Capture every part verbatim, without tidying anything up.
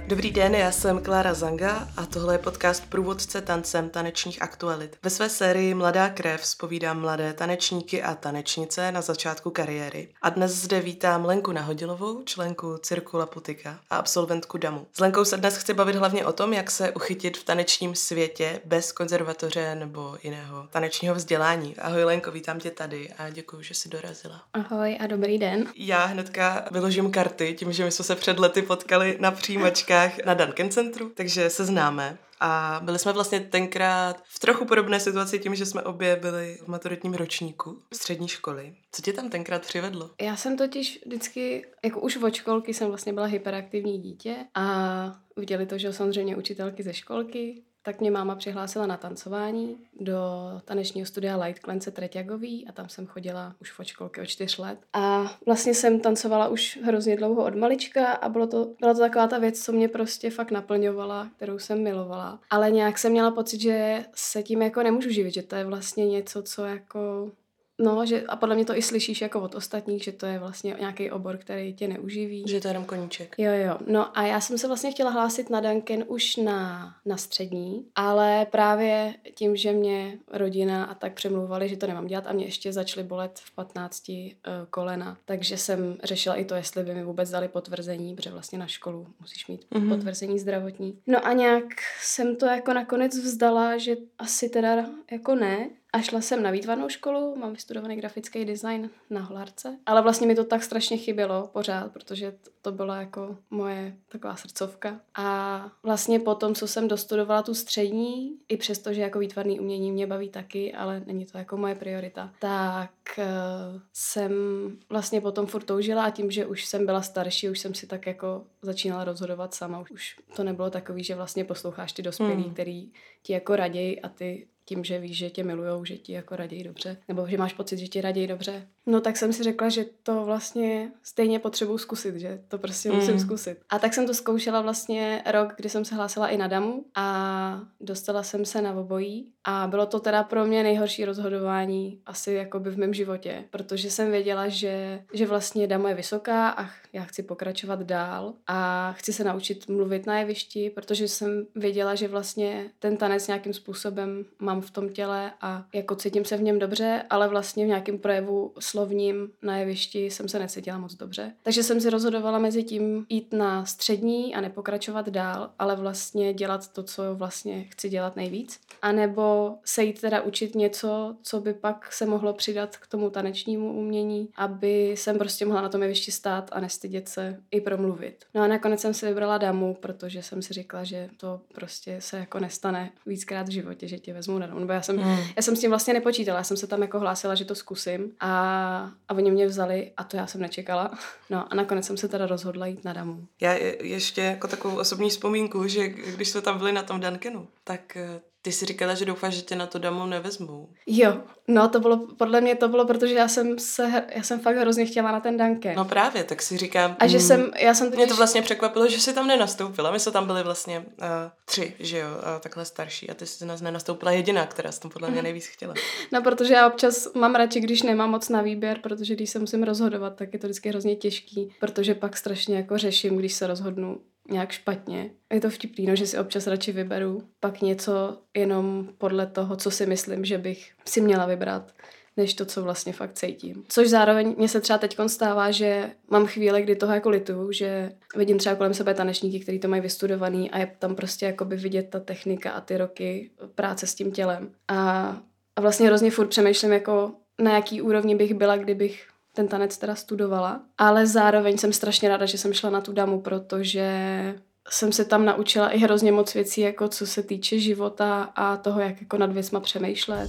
Dobrý den, já jsem Klára Zanga a tohle je podcast Průvodce tancem tanečních aktualit. Ve své sérii Mladá krev zpovídám mladé tanečníky a tanečnice na začátku kariéry. A dnes zde vítám Lenku Nahodilovou, členku Cirku Laputika a absolventku damu. S Lenkou se dnes chci bavit hlavně o tom, jak se uchytit v tanečním světě bez konzervatoře nebo jiného tanečního vzdělání. Ahoj Lenko, vítám tě tady a děkuji, že jsi dorazila. Ahoj a dobrý den. Já hnedka vyložím karty tím, že my jsme se před lety potkali na přijímačkách na Duncan Centru, takže se známe. A byli jsme vlastně tenkrát v trochu podobné situaci tím, že jsme obě byli v maturitním ročníku střední školy. Co tě tam tenkrát přivedlo? Já jsem totiž vždycky, jako už od školky jsem vlastně byla hyperaktivní dítě a viděli to, že samozřejmě učitelky ze školky, tak mě máma přihlásila na tancování do tanečního studia Light Klence Treťagový a tam jsem chodila už od školky od čtyř let. A vlastně jsem tancovala už hrozně dlouho od malička a bylo to, byla to taková ta věc, co mě prostě fakt naplňovala, kterou jsem milovala. Ale nějak jsem měla pocit, že se tím jako nemůžu živit, že to je vlastně něco, co jako... No, že, a podle mě to i slyšíš jako od ostatních, že to je vlastně nějaký obor, který tě neuživí. Že to je jenom koníček. Jo, jo. No a já jsem se vlastně chtěla hlásit na Duncan už na, na střední, ale právě tím, že mě rodina a tak přemlouvali, že to nemám dělat a mě ještě začaly bolet v patnácti uh, kolena, takže jsem řešila i to, jestli by mi vůbec dali potvrzení, protože vlastně na školu musíš mít mm-hmm. potvrzení zdravotní. No a nějak jsem to jako nakonec vzdala, že asi teda jako ne. A šla jsem na výtvarnou školu, mám vystudovaný grafický design na Holarce, ale vlastně mi to tak strašně chybělo pořád, protože to byla jako moje taková srdcovka. A vlastně potom, co jsem dostudovala tu střední, i přesto, že jako výtvarný umění mě baví taky, ale není to jako moje priorita, tak uh, jsem vlastně potom furt toužila a tím, že už jsem byla starší, už jsem si tak jako začínala rozhodovat sama. Už to nebylo takový, že vlastně posloucháš ty dospělí, hmm. který ti jako raději a ty tím, že víš, že tě milujou, že ti jako raději dobře, nebo že máš pocit, že ti raději dobře. No tak jsem si řekla, že to vlastně stejně potřebuji zkusit, že to prostě mm. musím zkusit. A tak jsem to zkoušela vlastně rok, kdy jsem se hlásila i na damu a dostala jsem se na obojí a bylo to teda pro mě nejhorší rozhodování asi jakoby v mém životě, protože jsem věděla, že, že vlastně dama je vysoká a já chci pokračovat dál a chci se naučit mluvit na jevišti, protože jsem věděla, že vlastně ten tanec nějakým způsobem mám v tom těle a jako cítím se v něm dobře, ale vlastně v nějakém projevu slovním na jevišti jsem se necítila moc dobře. Takže jsem si rozhodovala mezi tím jít na střední a nepokračovat dál, ale vlastně dělat to, co vlastně chci dělat nejvíc. A nebo se jít teda učit něco, co by pak se mohlo přidat k tomu tanečnímu umění, aby jsem prostě mohla na tom jevišti stát a nestydět se i promluvit. No a nakonec jsem si vybrala damu, protože jsem si říkala, že to prostě se jako nestane víckrát v životě, že tě vezmou na damu. Nebo já jsem, mm. já jsem s tím vlastně nepočítala, já jsem se tam jako hlásila, že to zkusím a, a oni mě vzali a to já jsem nečekala. No a nakonec jsem se teda rozhodla jít na damu. Já je, ještě jako takovou osobní vzpomínku, že když jsme tam byli na tom Duncanu, tak ty si říkala, že doufáš, že tě na to damu nevezmou. Jo, no to bylo, podle mě to bylo, protože já jsem se, já jsem fakt hrozně chtěla na ten Duncan. No právě, tak si říkám. A že hmm, jsem, já jsem totiž... Mě to vlastně překvapilo, že jsi tam nenastoupila. My jsme tam byli vlastně uh, tři, že jo, uh, takhle starší a ty jsi nás nenastoupila jediná, která jsi tam podle mě nejvíc chtěla. No protože já občas mám radši, když nemám moc na výběr, protože když se musím rozhodovat, tak je to vždycky hrozně těžký, protože pak strašně jako řeším, když se rozhodnu nějak špatně. Je to vtipný, no, že si občas radši vyberu pak něco jenom podle toho, co si myslím, že bych si měla vybrat, než to, co vlastně fakt cítím. Což zároveň mě se třeba teď stává, že mám chvíle, kdy toho jako lituju, že vidím třeba kolem sebe tanečníky, kteří to mají vystudovaný a je tam prostě jakoby vidět ta technika a ty roky práce s tím tělem. A, a vlastně hrozně furt přemýšlím, jako na jaký úrovni bych byla, kdybych ten tanec teda studovala, ale zároveň jsem strašně ráda, že jsem šla na tu damu, protože jsem se tam naučila i hrozně moc věcí, jako co se týče života a toho, jak jako nad věcma přemýšlet.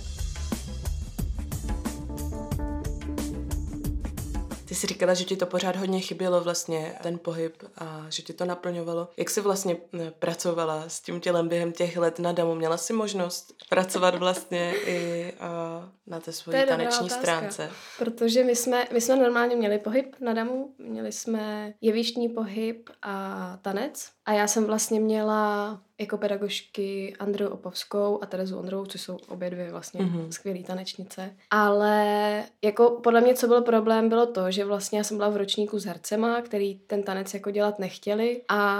Ty jsi říkala, že ti to pořád hodně chybělo vlastně, ten pohyb a že ti to naplňovalo. Jak jsi vlastně pracovala s tím tělem během těch let na damu? Měla jsi možnost pracovat vlastně i uh, na té svojí taneční stránce? Protože my jsme, my jsme normálně měli pohyb na damu, měli jsme jevištní pohyb a tanec a já jsem vlastně měla jako pedagožky Andreu Opovskou a Terezu Ondrovou, což jsou obě dvě vlastně mm-hmm. skvělý tanečnice. Ale jako podle mě, co byl problém, bylo to, že vlastně já jsem byla v ročníku s hercema, který ten tanec jako dělat nechtěli a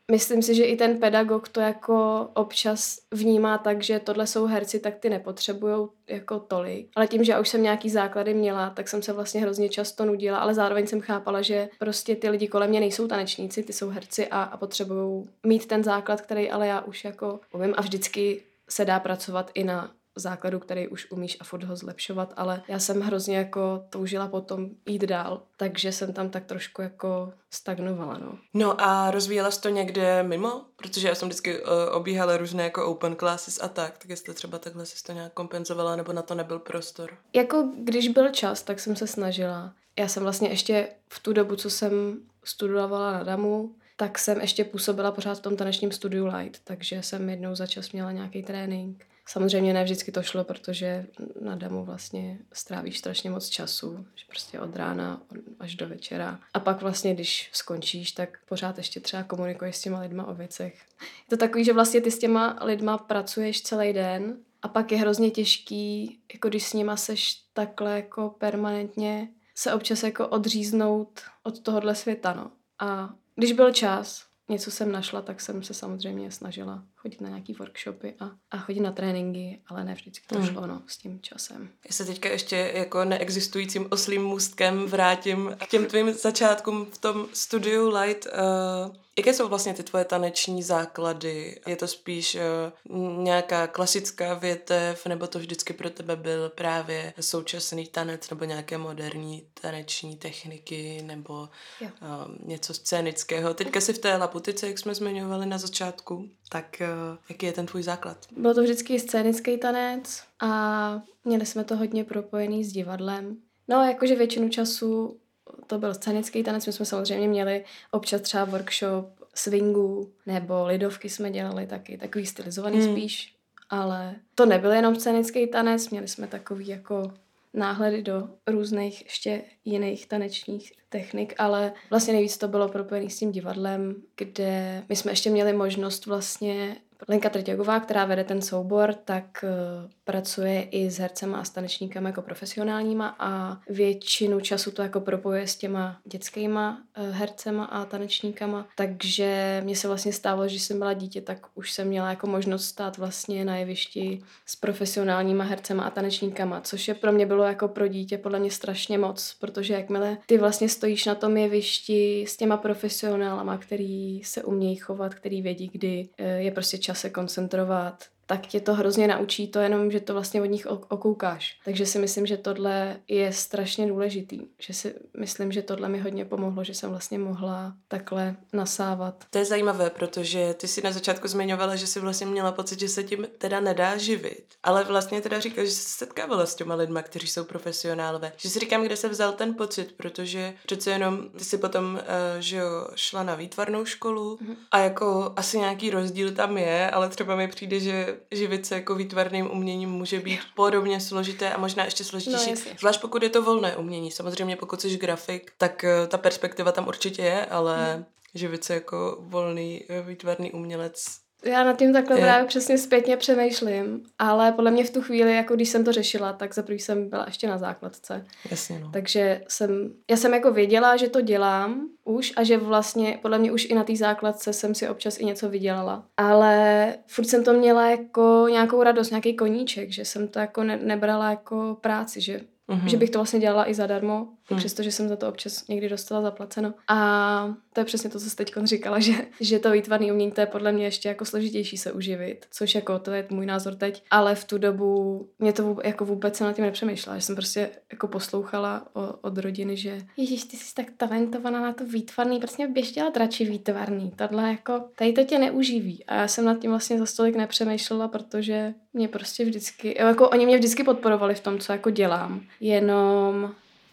myslím si, že i ten pedagog to jako občas vnímá tak, že tohle jsou herci, tak ty nepotřebujou jako tolik. Ale tím, že já už jsem nějaký základy měla, tak jsem se vlastně hrozně často nudila, ale zároveň jsem chápala, že prostě ty lidi kolem mě nejsou tanečníci, ty jsou herci a, a potřebují mít ten základ, který ale já už jako umím a vždycky se dá pracovat i na základu, který už umíš a furt ho zlepšovat, ale já jsem hrozně jako toužila potom jít dál, takže jsem tam tak trošku jako stagnovala, no. No a rozvíjela jsi to někde mimo? Protože já jsem vždycky uh, obíhala různé jako open classes a tak, tak jestli třeba takhle jsi to nějak kompenzovala, nebo na to nebyl prostor? Jako když byl čas, tak jsem se snažila. Já jsem vlastně ještě v tu dobu, co jsem studovala na DAMu, tak jsem ještě působila pořád v tom tanečním studiu Light, takže jsem jednou za čas měla nějaký trénink. Samozřejmě ne vždycky to šlo, protože na DAMu vlastně strávíš strašně moc času, že prostě od rána až do večera. A pak vlastně, když skončíš, tak pořád ještě třeba komunikuješ s těma lidma o věcech. Je to takový, že vlastně ty s těma lidma pracuješ celý den a pak je hrozně těžký, jako když s nima seš takhle jako permanentně, se občas jako odříznout od tohohle světa, no. A když byl čas, něco jsem našla, tak jsem se samozřejmě snažila chodit na nějaký workshopy a, a chodit na tréninky, ale ne vždycky to šlo, no, s tím časem. Já se teďka ještě jako neexistujícím oslým můstkem vrátím k těm tvým začátkům v tom studiu Light. Uh, jaké jsou vlastně ty tvoje taneční základy? Je to spíš uh, nějaká klasická větev, nebo to vždycky pro tebe byl právě současný tanec, nebo nějaké moderní taneční techniky, nebo uh, něco scénického? Teďka si v té Laputice, jak jsme zmiňovali na začátku, tak uh, jaký je ten tvůj základ? Byl to vždycky scénický tanec a měli jsme to hodně propojený s divadlem. No, jakože většinu času to byl scénický tanec, my jsme samozřejmě měli občas třeba workshop swingu, nebo lidovky jsme dělali taky, takový stylizovaný hmm. spíš, ale to nebyl jenom scénický tanec, měli jsme takový jako náhledy do různých ještě jiných tanečních technik, ale vlastně nejvíc to bylo propojené s tím divadlem, kde my jsme ještě měli možnost vlastně, Lenka Trťagová, která vede ten soubor, tak uh, pracuje i s hercema a s tanečníkama jako profesionálníma a většinu času to jako propojuje s těma dětskýma uh, hercema a tanečníkama, takže mně se vlastně stávalo, že jsem byla dítě, tak už jsem měla jako možnost stát vlastně na jevišti s profesionálníma hercema a tanečníkama, což je pro mě bylo jako pro dítě podle mě strašně moc, protože jakmile ty vlastně stojíš na tom jevišti s těma profesionálama, který se umějí chovat, který vědí, kdy uh, je prostě čas se koncentrovat, tak tě to hrozně naučí to jenom, že to vlastně od nich okoukáš. Takže si myslím, že tohle je strašně důležitý. Že si myslím, že tohle mi hodně pomohlo, že jsem vlastně mohla takhle nasávat. To je zajímavé, protože ty si na začátku zmiňovala, že jsi vlastně měla pocit, že se tím teda nedá živit. Ale vlastně teda říkáš, že jsi se setkávala s těma lidma, kteří jsou profesionálové. Že si říkám, kde se vzal ten pocit, protože přece jenom ty si potom, uh, že jo, šla na výtvarnou školu mm-hmm. a jako asi nějaký rozdíl tam je, ale třeba mi přijde, že živit se jako výtvarným uměním může být podobně složité a možná ještě složitější. No, zvlášť pokud je to volné umění. Samozřejmě pokud jsi grafik, tak uh, ta perspektiva tam určitě je, ale hmm. živit se jako volný uh, výtvarný umělec. Já nad tím takhle je. Právě přesně zpětně přemýšlím, ale podle mě v tu chvíli, jako když jsem to řešila, tak za první jsem byla ještě na základce. Jasně, no. Takže jsem, já jsem jako věděla, že to dělám už a že vlastně podle mě už i na té základce jsem si občas i něco vydělala. Ale furt jsem to měla jako nějakou radost, nějaký koníček, že jsem to jako ne, nebrala jako práci, že Mm-hmm. že bych to vlastně dělala i zadarmo, mm. přestože jsem za to občas někdy dostala zaplaceno. A to je přesně to, co jsi teď říkala, že, že to výtvarné umění, to je podle mě ještě jako složitější se uživit, což jako to je můj názor teď, ale v tu dobu mě to vůbec, jako vůbec jsem nad tím nepřemýšlela, že jsem prostě jako poslouchala o, od rodiny, že ježiš, ty jsi tak talentovaná na to výtvarný, prostě běž dělat radši výtvarný, tohle jako, tady to tě neuživí. A já jsem nad tím vlastně za stolik nepřemýšlela, protože mě prostě vždycky, jako oni mě vždycky podporovali v tom, co jako dělám. Jenom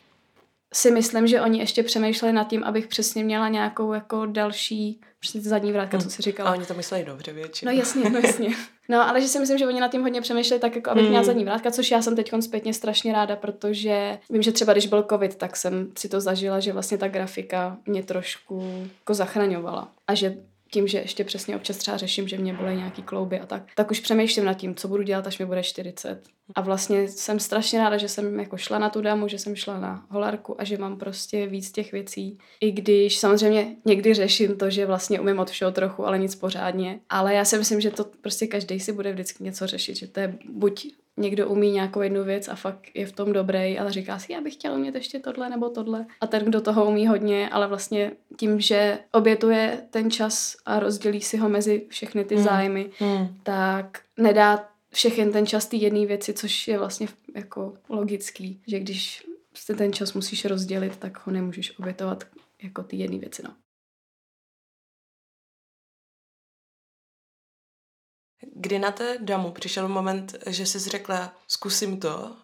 si myslím, že oni ještě přemýšleli nad tím, abych přesně měla nějakou jako další, přesně zadní vrátka, co si říkala. A oni to mysleli dobře většinou. No jasně, no jasně. No, ale že si myslím, že oni nad tím hodně přemýšleli tak, jako abych hmm. měla zadní vrátka, což já jsem teď zpětně strašně ráda, protože vím, že třeba když byl covid, tak jsem si to zažila, že vlastně ta grafika mě trošku jako zachraňovala. A že tím, že ještě přesně občas třeba řeším, že mě bolí nějaký klouby a tak, tak už přemýšlím nad tím, co budu dělat, až mi bude čtyřicet. A vlastně jsem strašně ráda, že jsem jako šla na tu dámu, že jsem šla na holarku a že mám prostě víc těch věcí. I když samozřejmě někdy řeším to, že vlastně umím od všeho trochu, ale nic pořádně. Ale já si myslím, že to prostě každý si bude vždycky něco řešit, že to je buď někdo umí nějakou jednu věc a fakt je v tom dobrý, ale říká si, já bych chtěla umět ještě tohle nebo tohle. A ten, kdo toho umí hodně, ale vlastně tím, že obětuje ten čas a rozdělí si ho mezi všechny ty hmm. zájmy, hmm. tak nedá všechen ten čas ty jedné věci, což je vlastně jako logický, že když prostě ten čas musíš rozdělit, tak ho nemůžeš obětovat jako ty jedné věci, no. Kdy na té damu přišel moment, že jsi řekla, zkusím to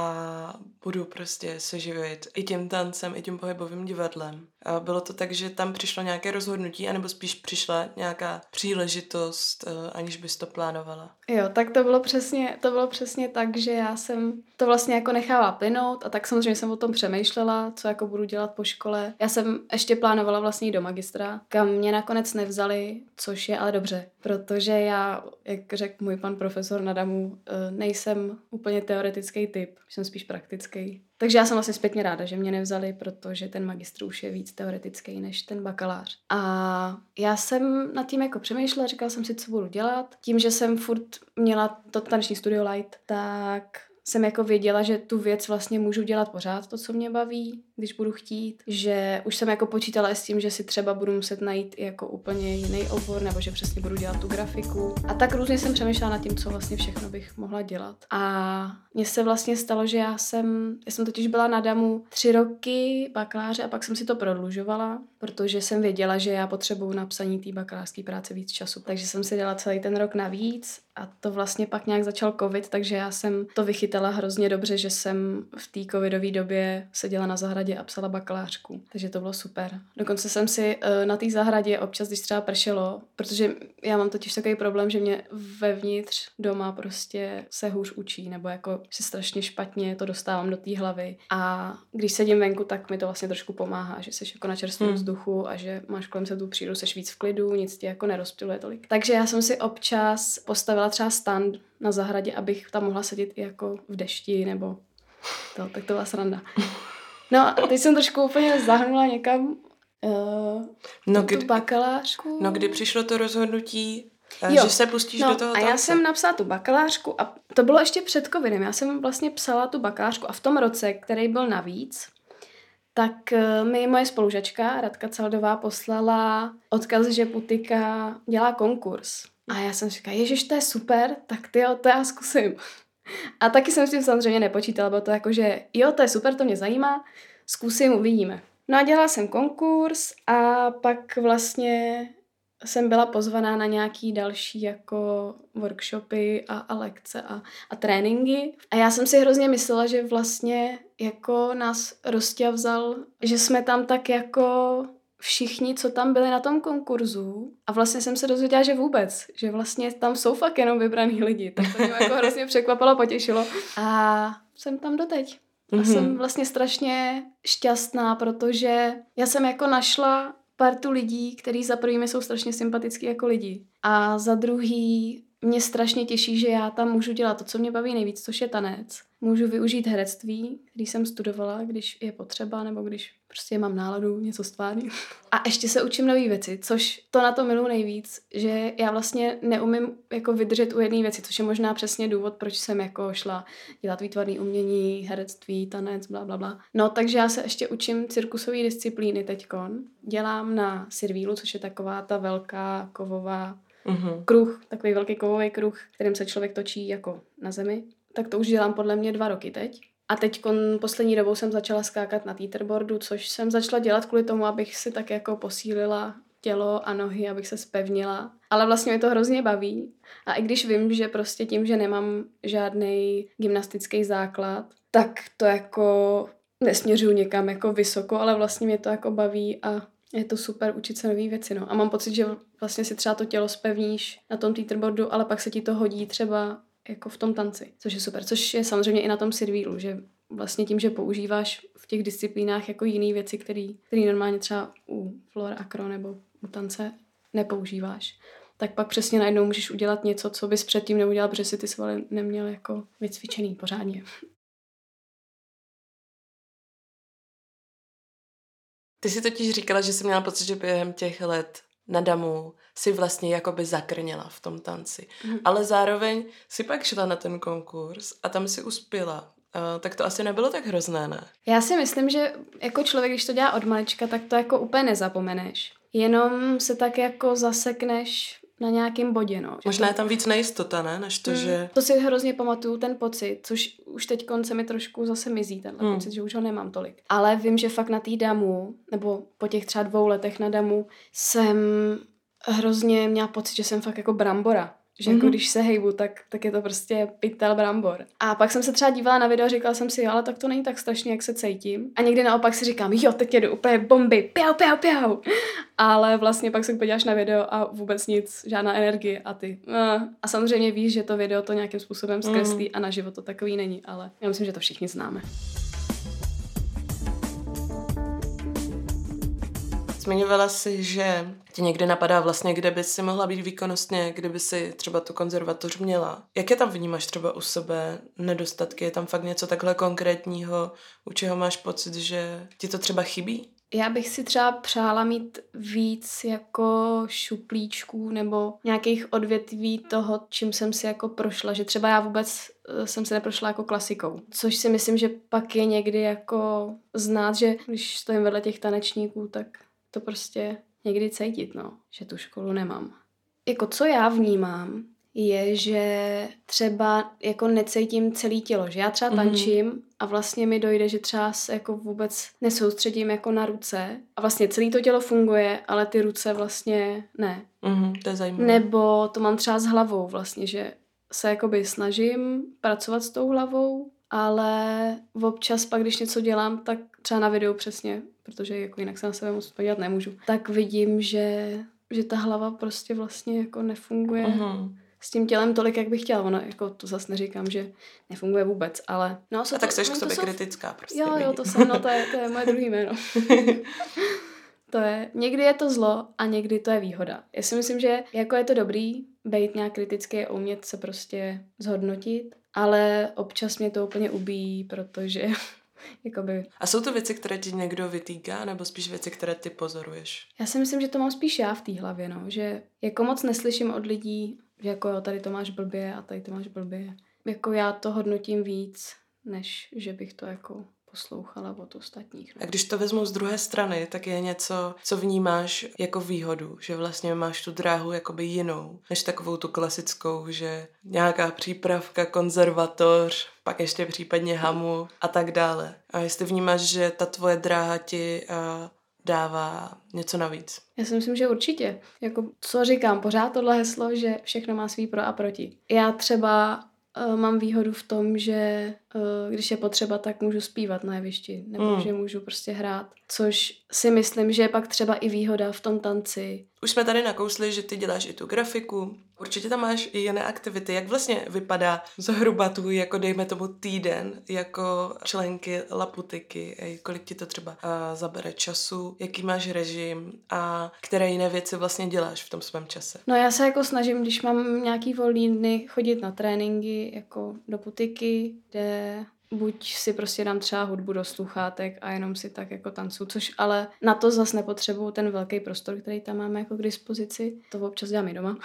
a budu prostě se živit i tím tancem, i tím pohybovým divadlem. A bylo to tak, že tam přišlo nějaké rozhodnutí, anebo spíš přišla nějaká příležitost, aniž bys to plánovala? Jo, tak to bylo přesně, to bylo přesně tak, že já jsem to vlastně jako nechávala plynout a tak samozřejmě jsem o tom přemýšlela, co jako budu dělat po škole. Já jsem ještě plánovala vlastně jít do magistra, kam mě nakonec nevzali, což je ale dobře, protože já, jak řekl můj pan profesor na damu, nejsem úplně teoretický typ, jsem spíš praktický. Takže já jsem vlastně zpětně ráda, že mě nevzali, protože ten magistr už je víc teoretický než ten bakalář. A já jsem nad tím jako přemýšlela, říkala jsem si, co budu dělat. Tím, že jsem furt měla to taneční studio Light, tak jsem jako věděla, že tu věc vlastně můžu dělat pořád, to, co mě baví, když budu chtít. Že už jsem jako počítala s tím, že si třeba budu muset najít i jako úplně jiný obor, nebo že přesně budu dělat tu grafiku. A tak různě jsem přemýšlela nad tím, co vlastně všechno bych mohla dělat. A mně se vlastně stalo, že já jsem, já jsem totiž byla na damu tři roky bakaláře a pak jsem si to prodlužovala, protože jsem věděla, že já potřebuju na psaní té bakalářské práce víc času. Takže jsem si dala celý ten rok navíc a to vlastně pak nějak začal covid, takže já jsem to vychytala hrozně dobře, že jsem v té covidové době seděla na zahradě a psala bakalářku. Takže to bylo super. Dokonce jsem si uh, na té zahradě občas, když třeba pršelo, protože já mám totiž takový problém, že mě vevnitř doma prostě se hůř učí, nebo jako si strašně špatně to dostávám do té hlavy. A když sedím venku, tak mi to vlastně trošku pomáhá, že jsi jako na čerstvém hmm. vzduchu a že máš kolem se tu přírodu, seš víc v klidu, nic tě jako nerozptyluje tolik. Takže já jsem si občas postavila třeba stand na zahradě, abych tam mohla sedět i jako v dešti nebo to, tak to byla sranda. No a teď jsem trošku úplně zahnula někam uh, no, tu kdy, bakalářku. No kdy přišlo to rozhodnutí, jo, že se pustíš no, do toho a tance? já jsem napsala tu bakalářku a to bylo ještě před covidem. Já jsem vlastně psala tu bakalářku a v tom roce, který byl navíc, tak uh, mi moje spolužačka Radka Caldová poslala odkaz, že Putika dělá konkurs. A já jsem říkala, ježiš, to je super, tak ty jo, to já zkusím. A taky jsem s tím samozřejmě nepočítala, bylo to jako, že jo, to je super, to mě zajímá, zkusím, uvidíme. No a dělala jsem konkurs a pak vlastně jsem byla pozvaná na nějaký další jako workshopy a, a lekce a, a tréninky. A já jsem si hrozně myslela, že vlastně jako nás rozťavzal, že jsme tam tak jako všichni, co tam byli na tom konkurzu a vlastně jsem se dozvěděla, že vůbec, že vlastně tam jsou fakt jenom vybraný lidi, tak to mě jako hrozně překvapilo, potěšilo a jsem tam doteď. A mm-hmm. jsem vlastně strašně šťastná, protože já jsem jako našla partu lidí, který za prvými jsou strašně sympatický jako lidi a za druhý mě strašně těší, že já tam můžu dělat to, co mě baví nejvíc, což je tanec. Můžu využít herectví, když jsem studovala, když je potřeba, nebo když prostě mám náladu něco stvárnit. A ještě se učím nové věci, což to na to miluji nejvíc, že já vlastně neumím jako vydržet u jedné věci, což je možná přesně důvod, proč jsem jako šla dělat výtvarné umění, herectví, tanec, bla, bla, bla. No, takže já se ještě učím cirkusové disciplíny teďkon. Dělám na Sirvílu, což je taková ta velká kovová mm-hmm. kruh, takový velký kovový kruh, kterým se člověk točí jako na zemi. Tak to už dělám podle mě dva roky teď. A teď poslední dobou jsem začala skákat na teeterboardu, což jsem začala dělat kvůli tomu, abych si tak jako posílila tělo a nohy, abych se zpevnila. Ale vlastně mě to hrozně baví. A i když vím, že prostě tím, že nemám žádný gymnastický základ, tak to jako nesměřuju někam jako vysoko, ale vlastně mě to jako baví a je to super učit se nový věci, no. A mám pocit, že vlastně si třeba to tělo zpevníš na tom teeterboardu, ale pak se ti to hodí třeba jako v tom tanci, což je super. Což je samozřejmě i na tom Sirvílu, že vlastně tím, že používáš v těch disciplínách jako jiné věci, které normálně třeba u floor acro nebo u tance nepoužíváš, tak pak přesně najednou můžeš udělat něco, co bys předtím neudělal, protože si ty svaly neměl jako vycvičený pořádně. Ty si totiž říkala, že jsi měla pocit, že během těch let na damu si vlastně jakoby zakrněla v tom tanci. Mm. Ale zároveň si pak šla na ten konkurs a tam si uspěla. Uh, tak to asi nebylo tak hrozné, ne? Já si myslím, že jako člověk, když to dělá od malička, tak to jako úplně nezapomeneš. Jenom se tak jako zasekneš na nějakém bodě, no. Možná to... je tam víc nejistota, ne? Než to, mm. že... To si hrozně pamatuju, ten pocit, což už teď konce mi trošku zase mizí, tenhle mm. pocit, že už ho nemám tolik. Ale vím, že fakt na té damu, nebo po těch třeba dvou letech na damu, jsem hrozně měla pocit, že jsem fakt jako brambora. Že jako mm-hmm. když se hejbu, tak, tak je to prostě pytel brambor. A pak jsem se třeba dívala na video a říkala jsem si, ale tak to není tak strašně, jak se cítím. A někdy naopak si říkám, jo, teď jedu úplně bomby, piau, piau, piau. Ale vlastně pak se podíváš na video a vůbec nic, žádná energie a ty. A samozřejmě víš, že to video to nějakým způsobem zkreslí mm. a na život to takový není, ale já myslím, že to všichni známe. Zmiňovala si, že ti někde napadá vlastně, kde by si mohla být výkonnostně, kdyby si třeba tu konzervatoř měla. Jak je tam vnímáš třeba u sebe nedostatky? Je tam fakt něco takhle konkrétního, u čeho máš pocit, že ti to třeba chybí? Já bych si třeba přála mít víc jako šuplíčků nebo nějakých odvětví toho, čím jsem si jako prošla. Že třeba já vůbec jsem se neprošla jako klasikou. Což si myslím, že pak je někdy jako znát, že když stojím vedle těch tanečníků, tak to prostě někdy cítit, no, že tu školu nemám. Jako co já vnímám, je, že třeba jako necítím celé tělo, že já třeba tančím mm-hmm. a vlastně mi dojde, že třeba se jako vůbec nesoustředím jako na ruce a vlastně celé to tělo funguje, ale ty ruce vlastně ne. Mm-hmm, to je zajímavé. Nebo to mám třeba s hlavou vlastně, že se jakoby snažím pracovat s tou hlavou, ale občas pak, když něco dělám, tak třeba na videu přesně, protože jako jinak se na sebe moc podívat nemůžu, tak vidím, že, že ta hlava prostě vlastně jako nefunguje uh-huh. s tím tělem tolik, jak bych chtěla. Ono, jako to zase neříkám, že nefunguje vůbec, ale... No, a to, tak jsi no, k sobě jsou... kritická prostě. Jo, jo, to jsem, no to je, to je moje druhý jméno. To je, někdy je to zlo a někdy to je výhoda. Já si myslím, že jako je to dobrý být nějak kritický a umět se prostě zhodnotit, ale občas mě to úplně ubíjí, protože jakoby... A jsou to věci, které ti někdo vytýká, nebo spíš věci, které ty pozoruješ? Já si myslím, že to mám spíš já v té hlavě, no, že jako moc neslyším od lidí, že jako jo, tady to máš blbě a tady to máš blbě. Jako já to hodnotím víc, než že bych to jako poslouchala od ostatních. No. A když to vezmu z druhé strany, tak je něco, co vnímáš jako výhodu, že vlastně máš tu dráhu jakoby jinou, než takovou tu klasickou, že nějaká přípravka, konzervatoř, pak ještě případně hamu a tak dále. A jestli vnímáš, že ta tvoje dráha ti uh, dává něco navíc? Já si myslím, že určitě. Jako, co říkám, pořád tohle heslo, že všechno má svý pro a proti. Já třeba mám výhodu v tom, že když je potřeba, tak můžu zpívat na jevišti, nebo mm. že můžu prostě hrát, což si myslím, že je pak třeba i výhoda v tom tanci. Už jsme tady nakousli, že ty děláš i tu grafiku. Určitě tam máš i jiné aktivity. Jak vlastně vypadá zhruba tvůj, jako dejme tomu týden, jako členky Laputiky? Kolik ti to třeba uh, zabere času? Jaký máš režim? A které jiné věci vlastně děláš v tom svém čase? No já se jako snažím, když mám nějaký volný dny, chodit na tréninky jako do putiky, kde buď si prostě dám třeba hudbu do sluchátek a jenom si tak jako tancu, což ale na to zase nepotřebuju ten velký prostor, který tam máme jako k dispozici. To občas dělám i doma.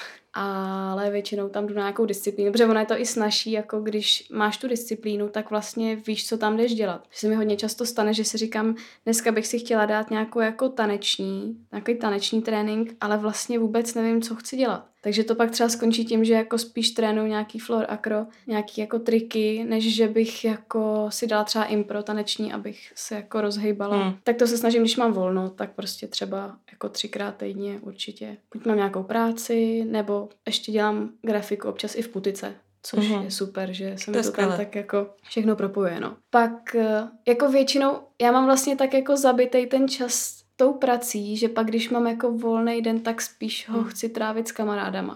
Ale většinou tam jdu na nějakou disciplínu, protože ono je to i snazší, jako když máš tu disciplínu, tak vlastně víš, co tam jdeš dělat. Že se mi hodně často stane, že si říkám, dneska bych si chtěla dát nějakou jako taneční, nějaký taneční trénink, ale vlastně vůbec nevím, co chci dělat. Takže to pak třeba skončí tím, že jako spíš trénuju nějaký floor acro, nějaký jako triky, než že bych jako si dala třeba impro taneční, abych se jako rozhejbala. Hmm. Tak to se snažím, když mám volno, tak prostě třeba jako třikrát týdně určitě. Buď mám nějakou práci, nebo ještě dělám grafiku občas i v putice, což mm-hmm. je super, že se mi to, to tam tak jako všechno propojuje, no. Pak jako většinou, já mám vlastně tak jako zabitej ten čas tou prací, že pak když mám jako volný den, tak spíš ho mm. chci trávit s kamarádama.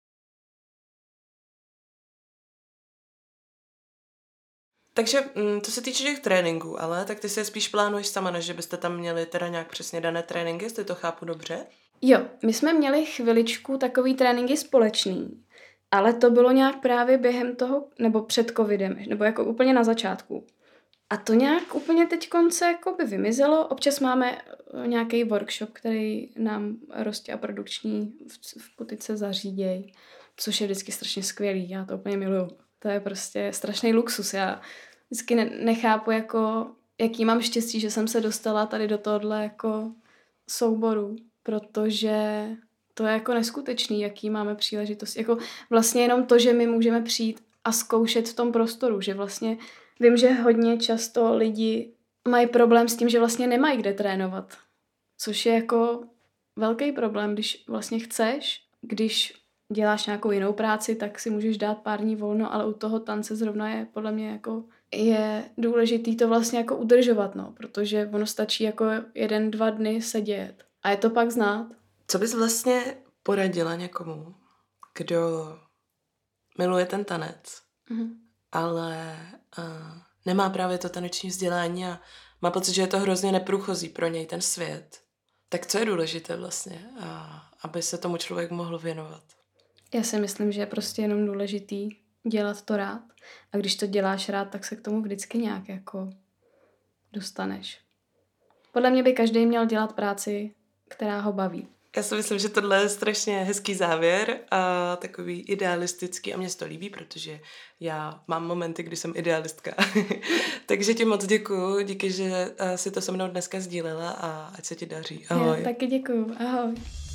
Takže to se týče těch tréninků, ale tak ty si je spíš plánuješ sama, než že byste tam měli teda nějak přesně dané tréninky, jestli to chápu dobře? Jo, my jsme měli chviličku takový tréninky společný, ale to bylo nějak právě během toho, nebo před covidem, nebo jako úplně na začátku. A to nějak úplně teď konce jako by vymizelo. Občas máme nějaký workshop, který nám Rostě a produkční v, v Putice zařídějí, což je vždycky strašně skvělý. Já to úplně miluju. To je prostě strašný luxus. Já vždycky ne, nechápu, jako, jaký mám štěstí, že jsem se dostala tady do tohohle jako souboru, protože to je jako neskutečný, jaký máme příležitost. Jako vlastně jenom to, že my můžeme přijít a zkoušet v tom prostoru, že vlastně vím, že hodně často lidi mají problém s tím, že vlastně nemají kde trénovat. Což je jako velký problém, když vlastně chceš, když děláš nějakou jinou práci, tak si můžeš dát pár dní volno, ale u toho tance zrovna je podle mě jako je důležitý to vlastně jako udržovat, no, protože ono stačí jako jeden, dva dny sedět a je to pak znát. Co bys vlastně poradila někomu, kdo miluje ten tanec, mm-hmm. ale uh, nemá právě to taneční vzdělání a má pocit, že je to hrozně neprůchozí pro něj ten svět. Tak co je důležité vlastně, a, aby se tomu člověk mohl věnovat? Já si myslím, že je prostě jenom důležitý dělat to rád. A když to děláš rád, tak se k tomu vždycky nějak jako dostaneš. Podle mě by každý měl dělat práci, která ho baví. Já si myslím, že tohle je strašně hezký závěr a takový idealistický a mě se to líbí, protože já mám momenty, kdy jsem idealistka. Takže ti moc děkuju, díky, že si to se mnou dneska sdílela a ať se ti daří. Ahoj. Já taky děkuju. Ahoj.